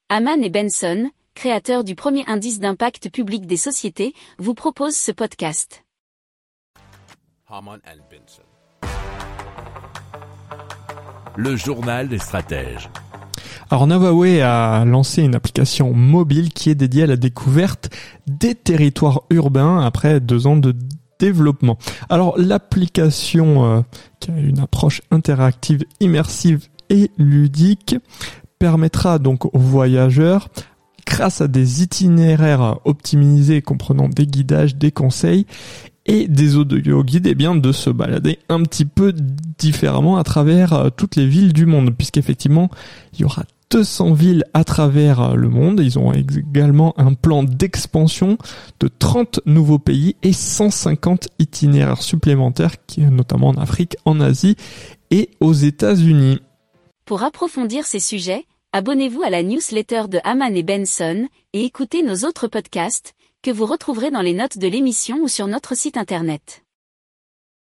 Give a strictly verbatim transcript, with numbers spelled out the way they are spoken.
Hamann et Benson, créateurs du premier indice d'impact public des sociétés, vous proposent ce podcast. Hamann and Benson. Le journal des stratèges. Alors Navaway a lancé une application mobile qui est dédiée à la découverte des territoires urbains après deux ans de développement. Alors l'application euh, qui a une approche interactive, immersive et ludique permettra donc aux voyageurs, grâce à des itinéraires optimisés comprenant des guidages, des conseils et des audio guides, eh bien de se balader un petit peu différemment à travers toutes les villes du monde, puisqu'effectivement il y aura deux cents villes à travers le monde. Ils ont également un plan d'expansion de trente nouveaux pays et cent cinquante itinéraires supplémentaires, notamment en Afrique, en Asie et aux États-Unis. Pour approfondir ces sujets, abonnez-vous à la newsletter de Hamann et Benson et écoutez nos autres podcasts que vous retrouverez dans les notes de l'émission ou sur notre site internet.